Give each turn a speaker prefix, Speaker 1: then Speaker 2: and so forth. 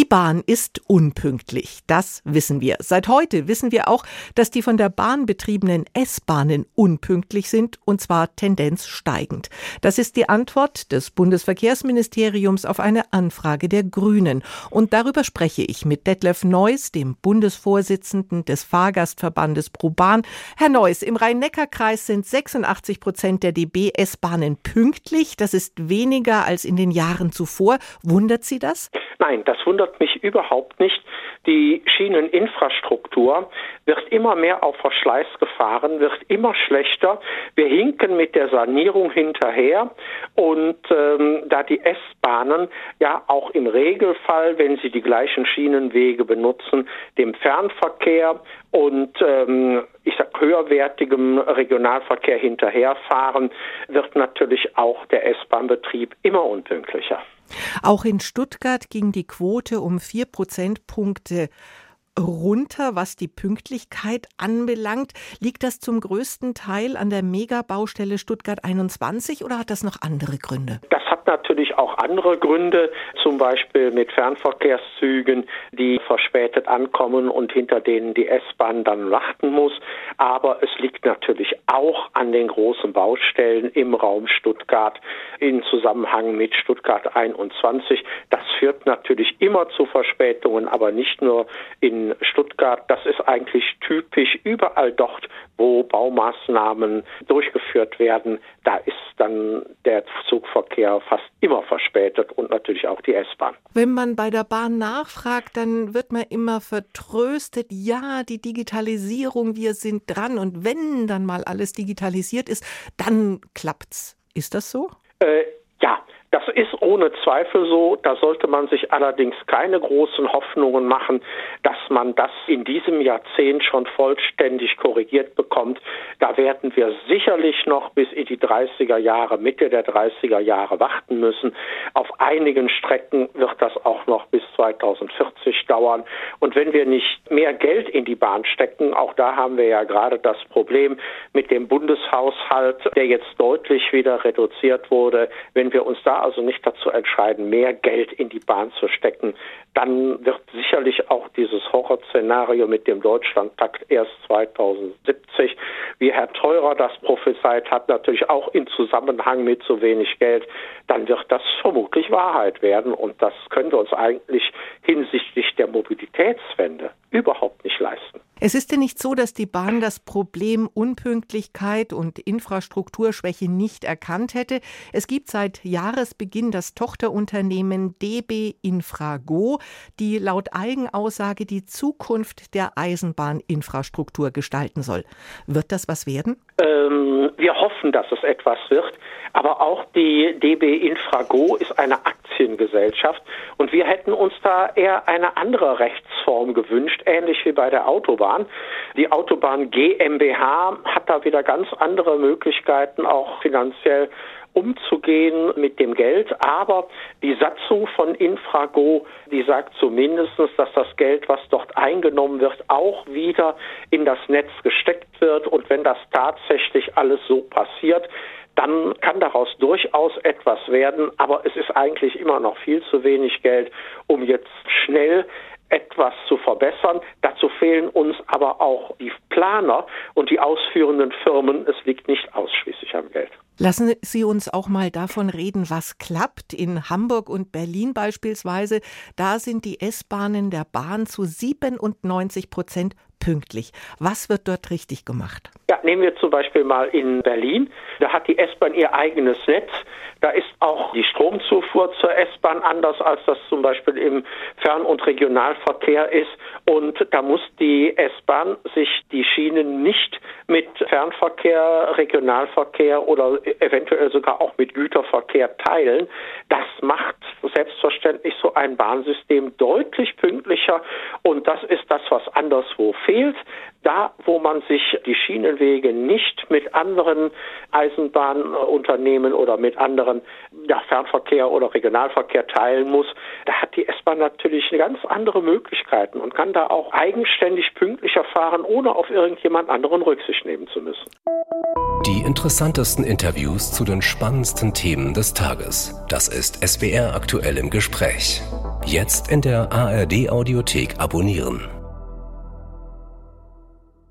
Speaker 1: Bahn ist unpünktlich, das wissen wir. Seit heute wissen wir auch, dass die von der Bahn betriebenen S-Bahnen unpünktlich sind, und zwar Tendenz steigend. Das ist die Antwort des Bundesverkehrsministeriums auf eine Anfrage der Grünen. Und darüber spreche ich mit Detlef Neuss, dem Bundesvorsitzenden des Fahrgastverbandes ProBahn. Herr Neuss, im Rhein-Neckar-Kreis sind 86% der DB S-Bahnen pünktlich. Das ist weniger als in den Jahren zuvor. Wundert Sie das?
Speaker 2: Nein, das wundert mich überhaupt nicht. Die Schieneninfrastruktur wird immer mehr auf Verschleiß gefahren, wird immer schlechter. Wir hinken mit der Sanierung hinterher und da die S-Bahnen ja auch im Regelfall, wenn sie die gleichen Schienenwege benutzen, dem Fernverkehr und höherwertigem Regionalverkehr hinterherfahren, wird natürlich auch der S-Bahn-Betrieb immer unpünktlicher.
Speaker 1: Auch in Stuttgart ging die Quote um 4 Prozentpunkte runter, was die Pünktlichkeit anbelangt. Liegt das zum größten Teil an der Megabaustelle Stuttgart 21 oder hat das noch andere Gründe?
Speaker 2: Das hat natürlich auch andere Gründe, zum Beispiel mit Fernverkehrszügen, die verspätet ankommen und hinter denen die S-Bahn dann warten muss. Aber es liegt natürlich auch an den großen Baustellen im Raum Stuttgart in Zusammenhang mit Stuttgart 21. Das führt natürlich immer zu Verspätungen, aber nicht nur in Stuttgart. Das ist eigentlich typisch überall dort, wo Baumaßnahmen durchgeführt werden. Da ist dann der Zugverkehr fast immer verspätet und natürlich auch die S-Bahn.
Speaker 1: Wenn man bei der Bahn nachfragt, dann wird man immer vertröstet. Ja, die Digitalisierung, wir sind dran. Und wenn dann mal alles digitalisiert ist, dann klappt's. Ist das so?
Speaker 2: Ja. Das ist ohne Zweifel so. Da sollte man sich allerdings keine großen Hoffnungen machen, dass man das in diesem Jahrzehnt schon vollständig korrigiert bekommt. Da werden wir sicherlich noch bis in die 30er Jahre, Mitte der 30er Jahre warten müssen. Auf einigen Strecken wird das auch noch bis 2040 dauern. Und wenn wir nicht mehr Geld in die Bahn stecken, auch da haben wir ja gerade das Problem mit dem Bundeshaushalt, der jetzt deutlich wieder reduziert wurde, wenn wir uns da also nicht dazu entscheiden, mehr Geld in die Bahn zu stecken, dann wird sicherlich auch dieses Horrorszenario mit dem Deutschlandtakt erst 2070, wie Herr Theurer das prophezeit hat, natürlich auch in Zusammenhang mit zu wenig Geld, dann wird das vermutlich Wahrheit werden. Und das können wir uns eigentlich hinsichtlich der Mobilitätswende überhaupt nicht leisten.
Speaker 1: Es ist ja nicht so, dass die Bahn das Problem Unpünktlichkeit und Infrastrukturschwäche nicht erkannt hätte. Es gibt seit Jahresbeginn das Tochterunternehmen DB Infrago, die laut Eigenaussage die Zukunft der Eisenbahninfrastruktur gestalten soll. Wird das was werden?
Speaker 2: Wir hoffen, dass es etwas wird. Aber auch die DB Infrago ist eine Aktiengesellschaft und wir hätten uns da eher eine andere Rechtsform gewünscht, ähnlich wie bei der Autobahn. Die Autobahn GmbH hat da wieder ganz andere Möglichkeiten, auch finanziell umzugehen mit dem Geld, aber die Satzung von Infrago, die sagt zumindest, dass das Geld, was dort eingenommen wird, auch wieder in das Netz gesteckt wird, und wenn das tatsächlich alles so passiert, dann kann daraus durchaus etwas werden, aber es ist eigentlich immer noch viel zu wenig Geld, um jetzt schnell etwas zu verbessern. Dazu fehlen uns aber auch die Planer und die ausführenden Firmen. Es liegt nicht ausschließlich am Geld.
Speaker 1: Lassen Sie uns auch mal davon reden, was klappt. In Hamburg und Berlin beispielsweise, da sind die S-Bahnen der Bahn zu 97% pünktlich. Was wird dort richtig gemacht?
Speaker 2: Ja, nehmen wir zum Beispiel mal in Berlin. Da hat die S-Bahn ihr eigenes Netz. Da ist auch die Stromzufuhr zur S-Bahn anders, als das zum Beispiel im Fern- und Regionalverkehr ist. Und da muss die S-Bahn sich die Schienen nicht mit Fernverkehr, Regionalverkehr oder eventuell sogar auch mit Güterverkehr teilen. Das macht selbstverständlich so ein Bahnsystem deutlich pünktlicher. Und das ist das, was anderswo fehlt. Da, wo man sich die Schienenwege nicht mit anderen Eisenbahnunternehmen oder mit anderen Fernverkehr oder Regionalverkehr teilen muss, da hat die S-Bahn natürlich ganz andere Möglichkeiten und kann da auch eigenständig pünktlicher fahren, ohne auf irgendjemand anderen Rücksicht nehmen zu müssen.
Speaker 3: Die interessantesten Interviews zu den spannendsten Themen des Tages. Das ist SWR aktuell im Gespräch. Jetzt in der ARD Audiothek abonnieren.